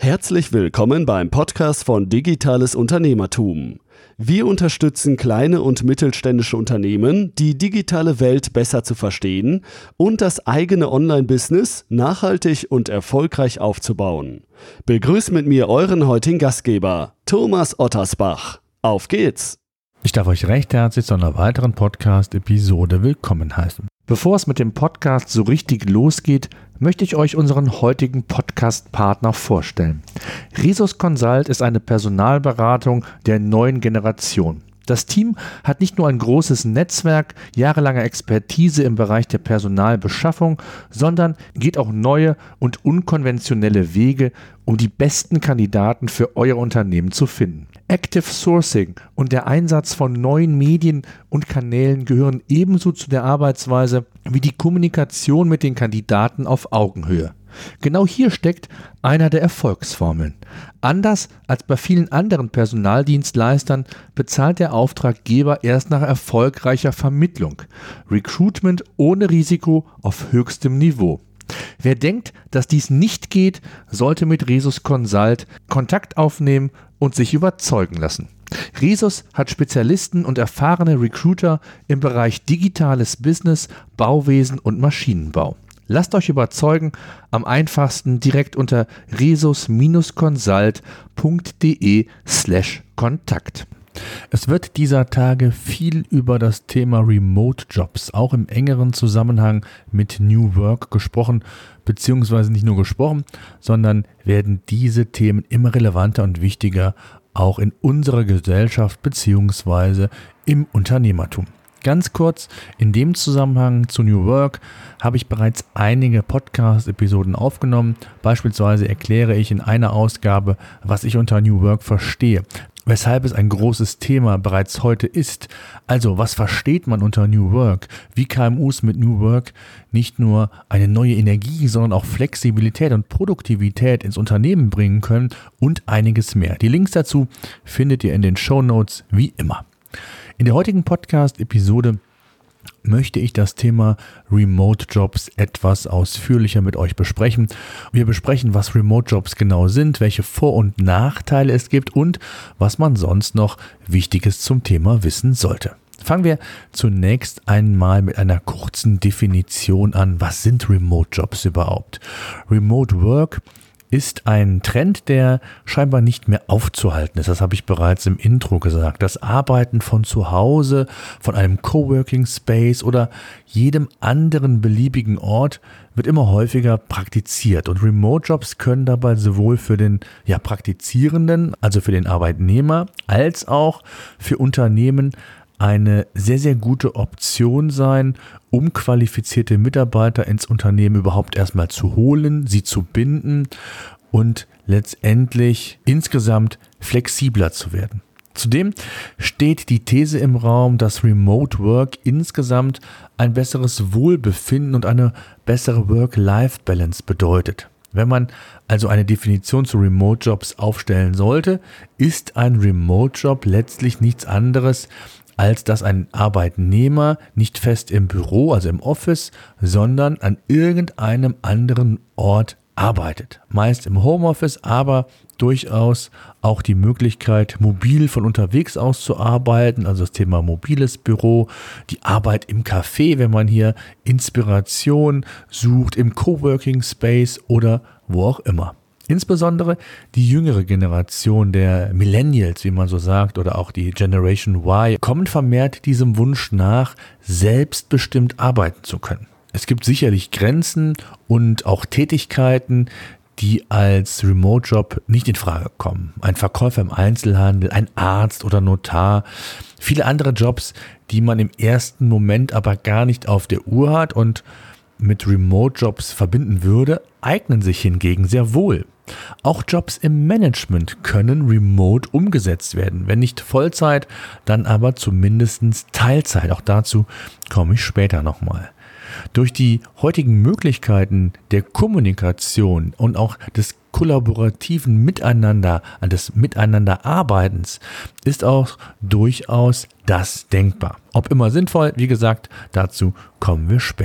Herzlich willkommen beim Podcast von Digitales Unternehmertum. Wir unterstützen kleine und mittelständische Unternehmen, die digitale Welt besser zu verstehen und das eigene Online-Business nachhaltig und erfolgreich aufzubauen. Begrüßt mit mir euren heutigen Gastgeber, Thomas Ottersbach. Auf geht's! Ich darf euch recht herzlich zu einer weiteren Podcast-Episode willkommen heißen. Bevor es mit dem Podcast so richtig losgeht, möchte ich euch unseren heutigen Podcast-Partner vorstellen. Resus Consult ist eine Personalberatung der neuen Generation. Das Team hat nicht nur ein großes Netzwerk, jahrelange Expertise im Bereich der Personalbeschaffung, sondern geht auch neue und unkonventionelle Wege, um die besten Kandidaten für euer Unternehmen zu finden. Active Sourcing und der Einsatz von neuen Medien und Kanälen gehören ebenso zu der Arbeitsweise wie die Kommunikation mit den Kandidaten auf Augenhöhe. Genau hier steckt einer der Erfolgsformeln. Anders als bei vielen anderen Personaldienstleistern bezahlt der Auftraggeber erst nach erfolgreicher Vermittlung. Recruitment ohne Risiko auf höchstem Niveau. Wer denkt, dass dies nicht geht, sollte mit Resus Consult Kontakt aufnehmen und sich überzeugen lassen. Resus hat Spezialisten und erfahrene Recruiter im Bereich digitales Business, Bauwesen und Maschinenbau. Lasst euch überzeugen, am einfachsten direkt unter resus-consult.de/Kontakt. Es wird dieser Tage viel über das Thema Remote Jobs, auch im engeren Zusammenhang mit New Work gesprochen, beziehungsweise nicht nur gesprochen, sondern werden diese Themen immer relevanter und wichtiger, auch in unserer Gesellschaft beziehungsweise im Unternehmertum. Ganz kurz, in dem Zusammenhang zu New Work habe ich bereits einige Podcast-Episoden aufgenommen. Beispielsweise erkläre ich in einer Ausgabe, was ich unter New Work verstehe, weshalb es ein großes Thema bereits heute ist. Also, was versteht man unter New Work? Wie KMUs mit New Work nicht nur eine neue Energie, sondern auch Flexibilität und Produktivität ins Unternehmen bringen können und einiges mehr. Die Links dazu findet ihr in den Shownotes wie immer. In der heutigen Podcast-Episode möchte ich das Thema Remote-Jobs etwas ausführlicher mit euch besprechen. Wir besprechen, was Remote-Jobs genau sind, welche Vor- und Nachteile es gibt und was man sonst noch Wichtiges zum Thema wissen sollte. Fangen wir zunächst einmal mit einer kurzen Definition an. Was sind Remote-Jobs überhaupt? Remote Work ist ein Trend, der scheinbar nicht mehr aufzuhalten ist. Das habe ich bereits im Intro gesagt. Das Arbeiten von zu Hause, von einem Coworking Space oder jedem anderen beliebigen Ort wird immer häufiger praktiziert. Und Remote-Jobs können dabei sowohl für den Praktizierenden, also für den Arbeitnehmer, als auch für Unternehmen eine sehr, sehr gute Option sein, um qualifizierte Mitarbeiter ins Unternehmen überhaupt erstmal zu holen, sie zu binden und letztendlich insgesamt flexibler zu werden. Zudem steht die These im Raum, dass Remote Work insgesamt ein besseres Wohlbefinden und eine bessere Work-Life-Balance bedeutet. Wenn man also eine Definition zu Remote-Jobs aufstellen sollte, ist ein Remote-Job letztlich nichts anderes, als dass ein Arbeitnehmer nicht fest im Büro, also im Office, sondern an irgendeinem anderen Ort arbeitet. Meist im Homeoffice, aber durchaus auch die Möglichkeit, mobil von unterwegs aus zu arbeiten, also das Thema mobiles Büro, die Arbeit im Café, wenn man hier Inspiration sucht, im Coworking Space oder wo auch immer. Insbesondere die jüngere Generation der Millennials, wie man so sagt, oder auch die Generation Y, kommen vermehrt diesem Wunsch nach, selbstbestimmt arbeiten zu können. Es gibt sicherlich Grenzen und auch Tätigkeiten, die als Remote-Job nicht in Frage kommen. Ein Verkäufer im Einzelhandel, ein Arzt oder Notar, viele andere Jobs, die man im ersten Moment aber gar nicht auf der Uhr hat und mit Remote-Jobs verbinden würde, eignen sich hingegen sehr wohl. Auch Jobs im Management können remote umgesetzt werden. Wenn nicht Vollzeit, dann aber zumindest Teilzeit. Auch dazu komme ich später nochmal. Durch die heutigen Möglichkeiten der Kommunikation und auch des kollaborativen Miteinander, des Miteinanderarbeitens ist auch durchaus das denkbar. Ob immer sinnvoll, wie gesagt, dazu kommen wir später.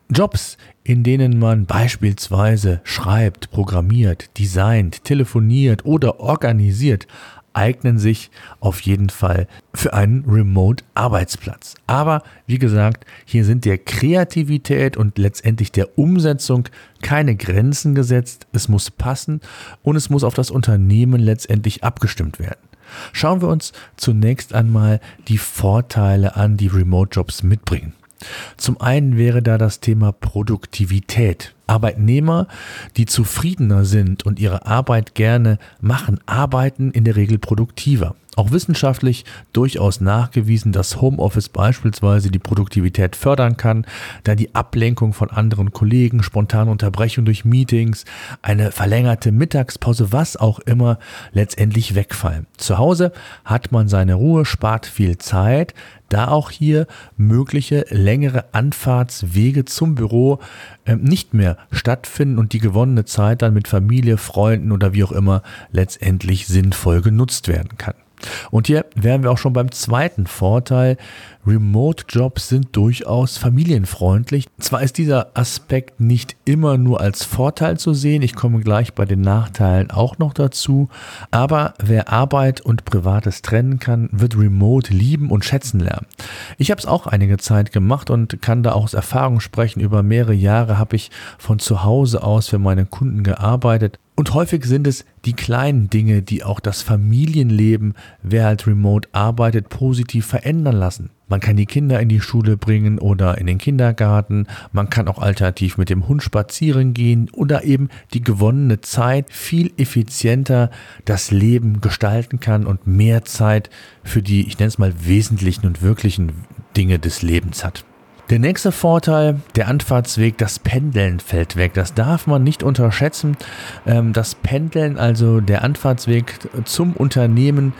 Jobs, in denen man beispielsweise schreibt, programmiert, designt, telefoniert oder organisiert, eignen sich auf jeden Fall für einen Remote-Arbeitsplatz. Aber wie gesagt, hier sind der Kreativität und letztendlich der Umsetzung keine Grenzen gesetzt. Es muss passen und es muss auf das Unternehmen letztendlich abgestimmt werden. Schauen wir uns zunächst einmal die Vorteile an, die Remote-Jobs mitbringen. Zum einen wäre da das Thema Produktivität. Arbeitnehmer, die zufriedener sind und ihre Arbeit gerne machen, arbeiten in der Regel produktiver. Auch wissenschaftlich durchaus nachgewiesen, dass Homeoffice beispielsweise die Produktivität fördern kann, da die Ablenkung von anderen Kollegen, spontane Unterbrechung durch Meetings, eine verlängerte Mittagspause, was auch immer, letztendlich wegfallen. Zu Hause hat man seine Ruhe, spart viel Zeit, da auch hier mögliche längere Anfahrtswege zum Büro nicht mehr stattfinden und die gewonnene Zeit dann mit Familie, Freunden oder wie auch immer letztendlich sinnvoll genutzt werden kann. Und hier wären wir auch schon beim zweiten Vorteil. Remote-Jobs sind durchaus familienfreundlich. Zwar ist dieser Aspekt nicht immer nur als Vorteil zu sehen, ich komme gleich bei den Nachteilen auch noch dazu, aber wer Arbeit und Privates trennen kann, wird Remote lieben und schätzen lernen. Ich habe es auch einige Zeit gemacht und kann da auch aus Erfahrung sprechen. Über mehrere Jahre habe ich von zu Hause aus für meine Kunden gearbeitet. Und häufig sind es die kleinen Dinge, die auch das Familienleben, wer halt remote arbeitet, positiv verändern lassen. Man kann die Kinder in die Schule bringen oder in den Kindergarten. Man kann auch alternativ mit dem Hund spazieren gehen oder eben die gewonnene Zeit viel effizienter das Leben gestalten kann und mehr Zeit für die, ich nenne es mal, wesentlichen und wirklichen Dinge des Lebens hat. Der nächste Vorteil, der Anfahrtsweg, das Pendeln fällt weg. Das darf man nicht unterschätzen. Das Pendeln, also der Anfahrtsweg zum Unternehmen,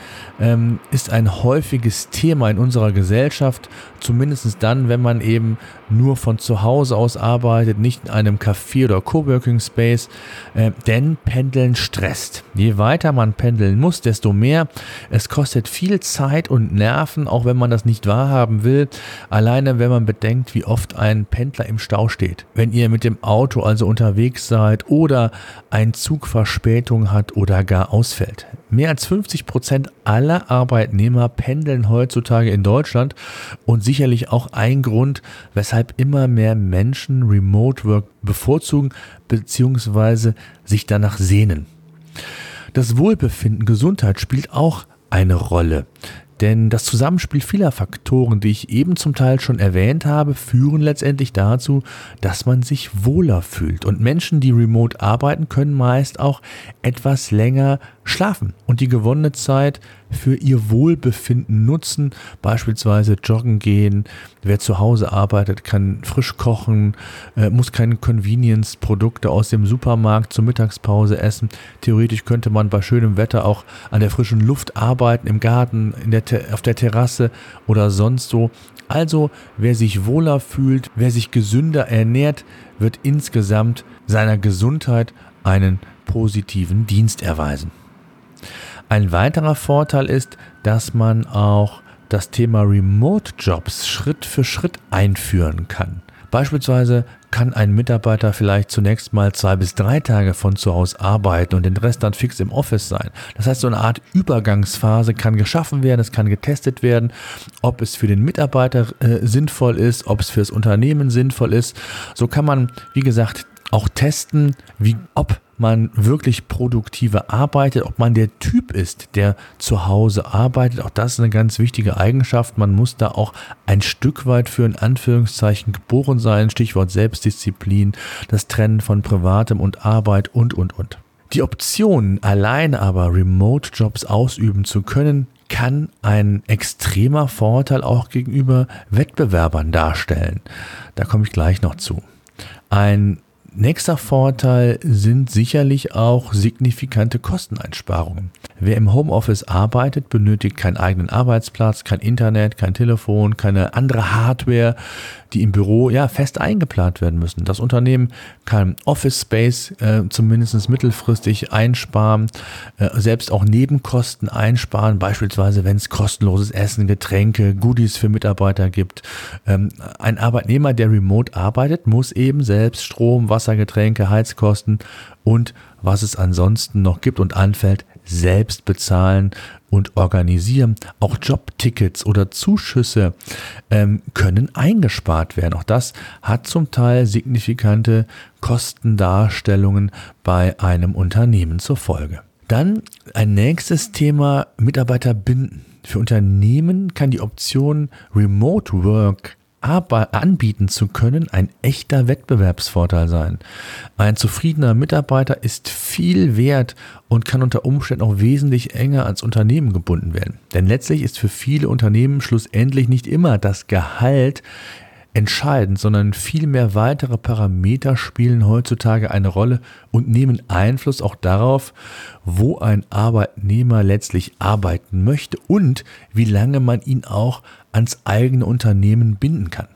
ist ein häufiges Thema in unserer Gesellschaft. Zumindest dann, wenn man eben nur von zu Hause aus arbeitet, nicht in einem Café oder Coworking Space. Denn Pendeln stresst. Je weiter man pendeln muss, desto mehr. Es kostet viel Zeit und Nerven, auch wenn man das nicht wahrhaben will. Alleine, wenn man bedenkt, wie oft ein Pendler im Stau steht. Wenn ihr mit dem Auto also unterwegs seid oder ein Zug Verspätung hat oder gar ausfällt. Mehr als 50% aller Arbeitnehmer pendeln heutzutage in Deutschland und sicherlich auch ein Grund, weshalb immer mehr Menschen Remote Work bevorzugen bzw. sich danach sehnen. Das Wohlbefinden, Gesundheit spielt auch eine Rolle. Denn das Zusammenspiel vieler Faktoren, die ich eben zum Teil schon erwähnt habe, führen letztendlich dazu, dass man sich wohler fühlt. Und Menschen, die remote arbeiten, können meist auch etwas länger schlafen und die gewonnene Zeit für ihr Wohlbefinden nutzen, beispielsweise joggen gehen. Wer zu Hause arbeitet, kann frisch kochen, muss keine Convenience-Produkte aus dem Supermarkt zur Mittagspause essen. Theoretisch könnte man bei schönem Wetter auch an der frischen Luft arbeiten, im Garten, auf der Terrasse oder sonst so. Also, wer sich wohler fühlt, wer sich gesünder ernährt, wird insgesamt seiner Gesundheit einen positiven Dienst erweisen. Ein weiterer Vorteil ist, dass man auch das Thema Remote-Jobs Schritt für Schritt einführen kann. Beispielsweise kann ein Mitarbeiter vielleicht zunächst mal 2 bis 3 Tage von zu Hause arbeiten und den Rest dann fix im Office sein. Das heißt, so eine Art Übergangsphase kann geschaffen werden, es kann getestet werden, ob es für den Mitarbeiter sinnvoll ist, ob es für das Unternehmen sinnvoll ist. So kann man, wie gesagt, auch testen, ob man wirklich produktiver arbeitet, ob man der Typ ist, der zu Hause arbeitet. Auch das ist eine ganz wichtige Eigenschaft. Man muss da auch ein Stück weit für in Anführungszeichen geboren sein. Stichwort Selbstdisziplin, das Trennen von Privatem und Arbeit und. Die Option, alleine aber Remote-Jobs ausüben zu können, kann ein extremer Vorteil auch gegenüber Wettbewerbern darstellen. Da komme ich gleich noch zu. Ein nächster Vorteil sind sicherlich auch signifikante Kosteneinsparungen. wer im Homeoffice arbeitet, benötigt keinen eigenen Arbeitsplatz, kein Internet, kein Telefon, keine andere Hardware, die im Büro fest eingeplant werden müssen. Das Unternehmen kann Office Space zumindest mittelfristig einsparen, selbst auch Nebenkosten einsparen, beispielsweise wenn es kostenloses Essen, Getränke, Goodies für Mitarbeiter gibt. Ein Arbeitnehmer, der remote arbeitet, muss eben selbst Strom, Wasser, Getränke, Heizkosten und was es ansonsten noch gibt und anfällt, selbst bezahlen und organisieren. Auch Jobtickets oder Zuschüsse können eingespart werden. Auch das hat zum Teil signifikante Kostendarstellungen bei einem Unternehmen zur Folge. Dann ein nächstes Thema: Mitarbeiter binden. Für Unternehmen kann die Option Remote Work anbieten zu können ein echter Wettbewerbsvorteil sein. Ein zufriedener Mitarbeiter ist viel wert und kann unter Umständen auch wesentlich enger ans Unternehmen gebunden werden. Denn letztlich ist für viele Unternehmen schlussendlich nicht immer das Gehalt entscheidend, sondern vielmehr weitere Parameter spielen heutzutage eine Rolle und nehmen Einfluss auch darauf, wo ein Arbeitnehmer letztlich arbeiten möchte und wie lange man ihn auch ans eigene Unternehmen binden kann.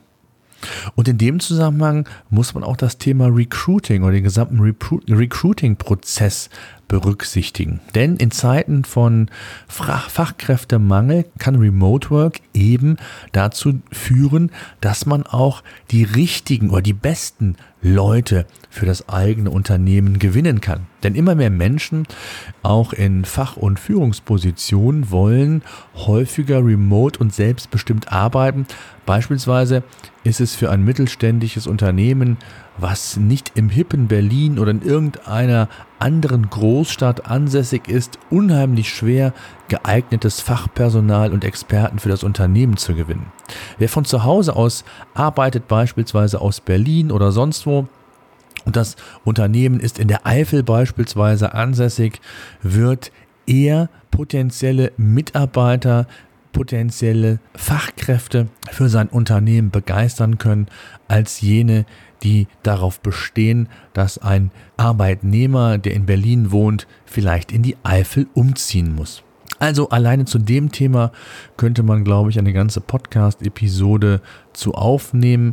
Und in dem Zusammenhang muss man auch das Thema Recruiting oder den gesamten Recruiting-Prozess berücksichtigen. Denn in Zeiten von Fachkräftemangel kann Remote Work eben dazu führen, dass man auch die richtigen oder die besten Leute für das eigene Unternehmen gewinnen kann. Denn immer mehr Menschen, auch in Fach- und Führungspositionen, wollen häufiger remote und selbstbestimmt arbeiten. Beispielsweise ist es für ein mittelständisches Unternehmen, was nicht im hippen Berlin oder in irgendeiner anderen Großstadt ansässig ist, unheimlich schwer, geeignetes Fachpersonal und Experten für das Unternehmen zu gewinnen. Wer von zu Hause aus arbeitet, beispielsweise aus Berlin oder sonst wo, und das Unternehmen ist in der Eifel beispielsweise ansässig, wird eher potenzielle Mitarbeiter, potenzielle Fachkräfte für sein Unternehmen begeistern können, als jene, die darauf bestehen, dass ein Arbeitnehmer, der in Berlin wohnt, vielleicht in die Eifel umziehen muss. Also alleine zu dem Thema könnte man, glaube ich, eine ganze Podcast-Episode zu aufnehmen.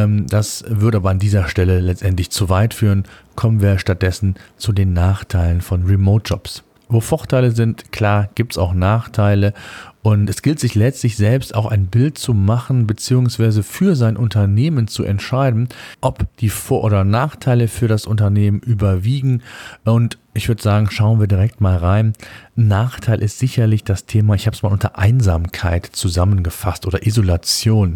Das würde aber an dieser Stelle letztendlich zu weit führen. Kommen wir stattdessen zu den Nachteilen von Remote-Jobs. Wo Vorteile sind, klar, gibt es auch Nachteile. Und es gilt sich letztlich selbst auch ein Bild zu machen, beziehungsweise für sein Unternehmen zu entscheiden, ob die Vor- oder Nachteile für das Unternehmen überwiegen. Und ich würde sagen, schauen wir direkt mal rein. Ein Nachteil ist sicherlich das Thema, ich habe es mal unter Einsamkeit zusammengefasst oder Isolation.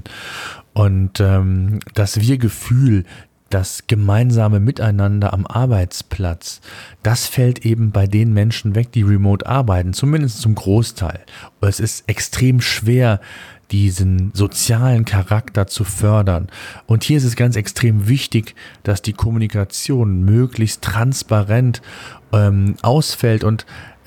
Und das Wir-Gefühl, das gemeinsame Miteinander am Arbeitsplatz, das fällt eben bei den Menschen weg, die remote arbeiten, zumindest zum Großteil. Und es ist extrem schwer, diesen sozialen Charakter zu fördern. Und hier ist es ganz extrem wichtig, dass die Kommunikation möglichst transparent ausfällt und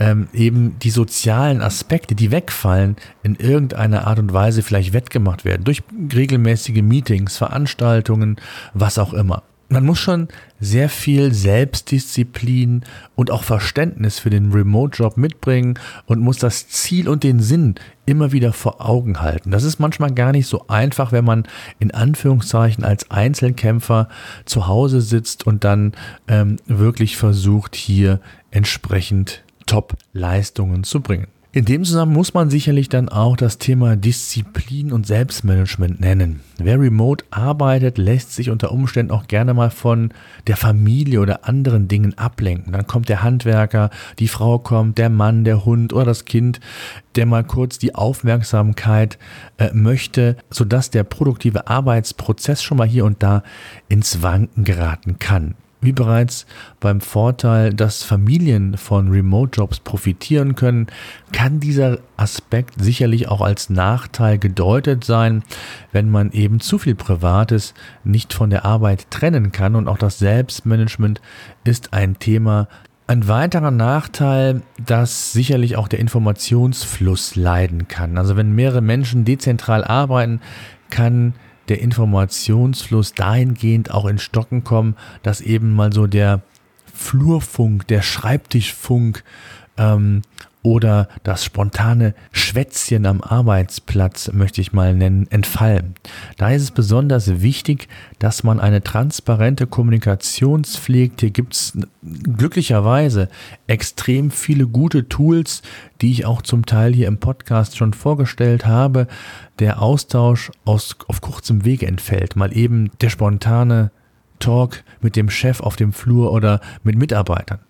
eben die sozialen Aspekte, die wegfallen, in irgendeiner Art und Weise vielleicht wettgemacht werden. Durch regelmäßige Meetings, Veranstaltungen, was auch immer. Man muss schon sehr viel Selbstdisziplin und auch Verständnis für den Remote-Job mitbringen und muss das Ziel und den Sinn immer wieder vor Augen halten. Das ist manchmal gar nicht so einfach, wenn man in Anführungszeichen als Einzelkämpfer zu Hause sitzt und dann wirklich versucht, hier entsprechend Top-Leistungen zu bringen. In dem Zusammenhang muss man sicherlich dann auch das Thema Disziplin und Selbstmanagement nennen. Wer remote arbeitet, lässt sich unter Umständen auch gerne mal von der Familie oder anderen Dingen ablenken. Dann kommt der Handwerker, die Frau kommt, der Mann, der Hund oder das Kind, der mal kurz die Aufmerksamkeit möchte, sodass der produktive Arbeitsprozess schon mal hier und da ins Wanken geraten kann. Wie bereits beim Vorteil, dass Familien von Remote-Jobs profitieren können, kann dieser Aspekt sicherlich auch als Nachteil gedeutet sein, wenn man eben zu viel Privates nicht von der Arbeit trennen kann. Und auch das Selbstmanagement ist ein Thema. Ein weiterer Nachteil, dass sicherlich auch der Informationsfluss leiden kann. Also wenn mehrere Menschen dezentral arbeiten, kann der Informationsfluss dahingehend auch in Stocken kommen, dass eben mal so der Flurfunk, der Schreibtischfunk oder das spontane Schwätzchen am Arbeitsplatz, möchte ich mal nennen, entfallen. Da ist es besonders wichtig, dass man eine transparente Kommunikation pflegt. Hier gibt es glücklicherweise extrem viele gute Tools, die ich auch zum Teil hier im Podcast schon vorgestellt habe. Der Austausch auf kurzem Wege entfällt. Mal eben der spontane Talk mit dem Chef auf dem Flur oder mit Mitarbeitern.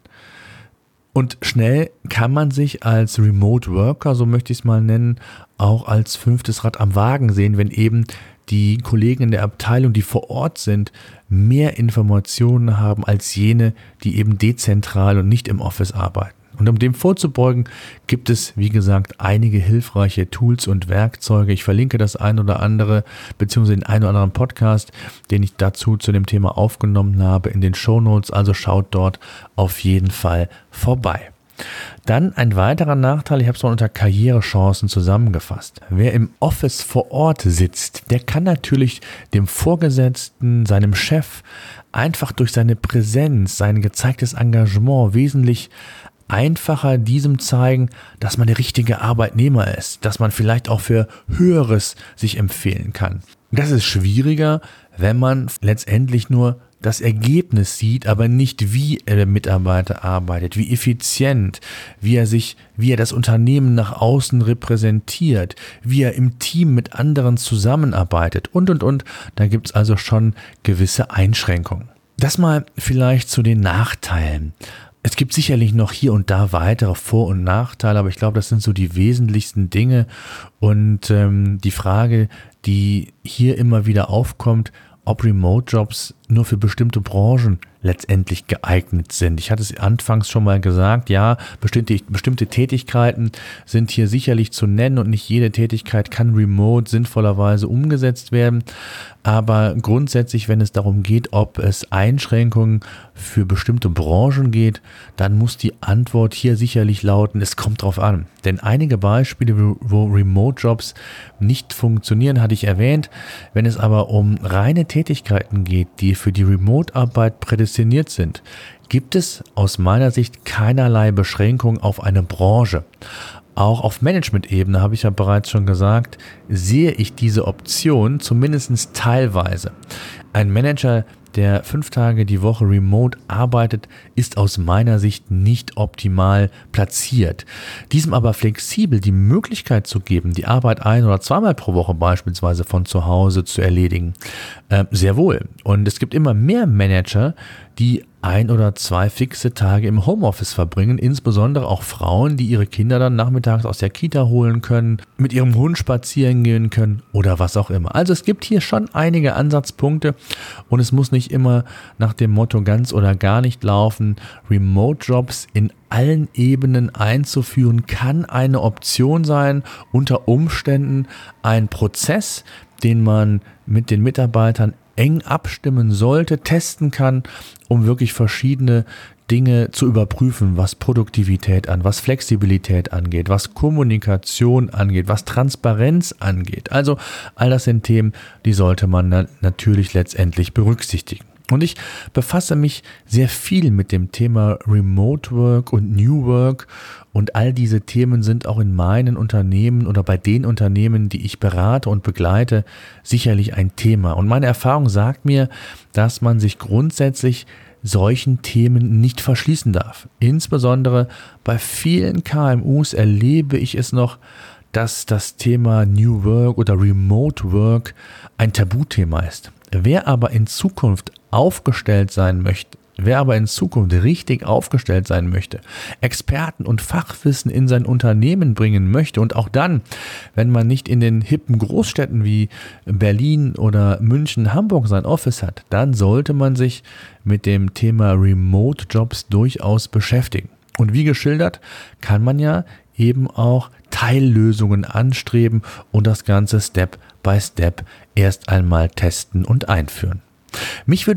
Und schnell kann man sich als Remote Worker, so möchte ich es mal nennen, auch als fünftes Rad am Wagen sehen, wenn eben die Kollegen in der Abteilung, die vor Ort sind, mehr Informationen haben als jene, die eben dezentral und nicht im Office arbeiten. Und um dem vorzubeugen, gibt es, wie gesagt, einige hilfreiche Tools und Werkzeuge. Ich verlinke das ein oder andere, beziehungsweise den einen oder anderen Podcast, den ich dazu zu dem Thema aufgenommen habe, in den Shownotes. Also schaut dort auf jeden Fall vorbei. Dann ein weiterer Nachteil, ich habe es mal unter Karrierechancen zusammengefasst. Wer im Office vor Ort sitzt, der kann natürlich dem Vorgesetzten, seinem Chef, einfach durch seine Präsenz, sein gezeigtes Engagement wesentlich einfacher diesem zeigen, dass man der richtige Arbeitnehmer ist, dass man vielleicht auch für Höheres sich empfehlen kann. Das ist schwieriger, wenn man letztendlich nur das Ergebnis sieht, aber nicht wie der Mitarbeiter arbeitet, wie effizient, wie er das Unternehmen nach außen repräsentiert, wie er im Team mit anderen zusammenarbeitet und. Da gibt es also schon gewisse Einschränkungen. Das mal vielleicht zu den Nachteilen. Es gibt sicherlich noch hier und da weitere Vor- und Nachteile, aber ich glaube, das sind so die wesentlichsten Dinge. Und die Frage, die hier immer wieder aufkommt, ob Remote-Jobs nur für bestimmte Branchen letztendlich geeignet sind. Ich hatte es anfangs schon mal gesagt, ja, bestimmte Tätigkeiten sind hier sicherlich zu nennen und nicht jede Tätigkeit kann remote sinnvollerweise umgesetzt werden. Aber grundsätzlich, wenn es darum geht, ob es Einschränkungen für bestimmte Branchen geht, dann muss die Antwort hier sicherlich lauten, es kommt drauf an. Denn einige Beispiele, wo Remote-Jobs nicht funktionieren, hatte ich erwähnt. Wenn es aber um reine Tätigkeiten geht, die für die Remote-Arbeit prädestiniert sind, gibt es aus meiner Sicht keinerlei Beschränkung auf eine Branche. Auch auf Management-Ebene, habe ich ja bereits schon gesagt, sehe ich diese Option zumindest teilweise. Ein Manager, der 5 Tage die Woche remote arbeitet, ist aus meiner Sicht nicht optimal platziert. Diesem aber flexibel die Möglichkeit zu geben, die Arbeit 1- oder 2-mal pro Woche beispielsweise von zu Hause zu erledigen, sehr wohl. Und es gibt immer mehr Manager, die 1 oder 2 fixe Tage im Homeoffice verbringen, insbesondere auch Frauen, die ihre Kinder dann nachmittags aus der Kita holen können, mit ihrem Hund spazieren gehen können oder was auch immer. Also es gibt hier schon einige Ansatzpunkte und es muss nicht immer nach dem Motto ganz oder gar nicht laufen. Remote-Jobs in allen Ebenen einzuführen, kann eine Option sein, unter Umständen ein Prozess, den man mit den Mitarbeitern eng abstimmen sollte, testen kann, um wirklich verschiedene Dinge zu überprüfen, was Produktivität an, was Flexibilität angeht, was Kommunikation angeht, was Transparenz angeht. Also all das sind Themen, die sollte man natürlich letztendlich berücksichtigen. Und ich befasse mich sehr viel mit dem Thema Remote Work und New Work und all diese Themen sind auch in meinen Unternehmen oder bei den Unternehmen, die ich berate und begleite, sicherlich ein Thema. Und meine Erfahrung sagt mir, dass man sich grundsätzlich solchen Themen nicht verschließen darf. Insbesondere bei vielen KMUs erlebe ich es noch, dass das Thema New Work oder Remote Work ein Tabuthema ist. Wer aber in Zukunft aufgestellt sein möchte, wer aber in Zukunft richtig aufgestellt sein möchte, Experten und Fachwissen in sein Unternehmen bringen möchte und auch dann, wenn man nicht in den hippen Großstädten wie Berlin oder München, Hamburg sein Office hat, dann sollte man sich mit dem Thema Remote Jobs durchaus beschäftigen. Und wie geschildert, kann man ja eben auch Teillösungen anstreben und das Ganze Step by Step erst einmal testen und einführen. Mich würde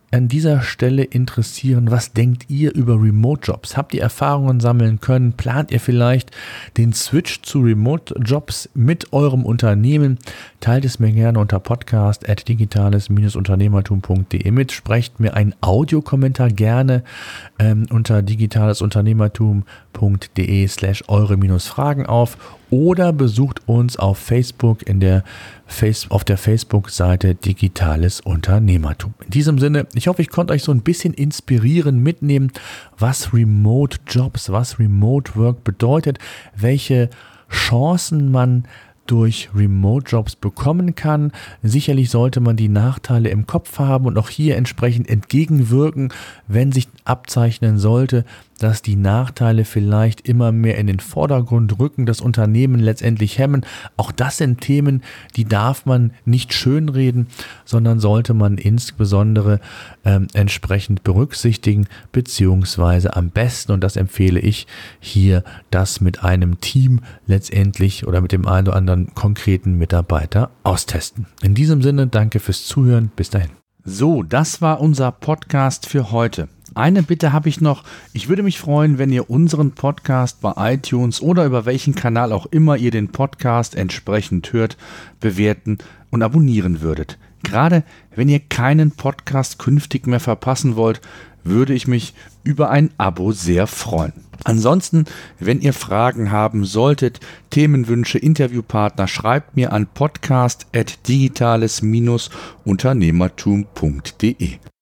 an dieser Stelle interessieren, was denkt ihr über Remote-Jobs? Habt ihr Erfahrungen sammeln können? Plant ihr vielleicht den Switch zu Remote-Jobs mit eurem Unternehmen? Teilt es mir gerne unter podcast@digitales-unternehmertum.de mit. Sprecht mir einen Audiokommentar gerne unter digitalesunternehmertum.de/eure-Fragen auf oder besucht uns auf Facebook auf der Facebook-Seite Digitales Unternehmertum. In diesem Sinne, ich hoffe, ich konnte euch so ein bisschen inspirieren, mitnehmen, was Remote Jobs, was Remote Work bedeutet, welche Chancen man durch Remote-Jobs bekommen kann. Sicherlich sollte man die Nachteile im Kopf haben und auch hier entsprechend entgegenwirken, wenn sich abzeichnen sollte, dass die Nachteile vielleicht immer mehr in den Vordergrund rücken, das Unternehmen letztendlich hemmen. Auch das sind Themen, die darf man nicht schönreden, sondern sollte man insbesondere entsprechend berücksichtigen, beziehungsweise am besten, und das empfehle ich hier, das mit einem Team letztendlich oder mit dem einen oder anderen konkreten Mitarbeiter austesten. In diesem Sinne, danke fürs Zuhören. Bis dahin. So, das war unser Podcast für heute. Eine Bitte habe ich noch. Ich würde mich freuen, wenn ihr unseren Podcast bei iTunes oder über welchen Kanal auch immer ihr den Podcast entsprechend hört, bewerten und abonnieren würdet. Gerade wenn ihr keinen Podcast künftig mehr verpassen wollt, würde ich mich über ein Abo sehr freuen. Ansonsten, wenn ihr Fragen haben solltet, Themenwünsche, Interviewpartner, schreibt mir an podcast@digitales-unternehmertum.de.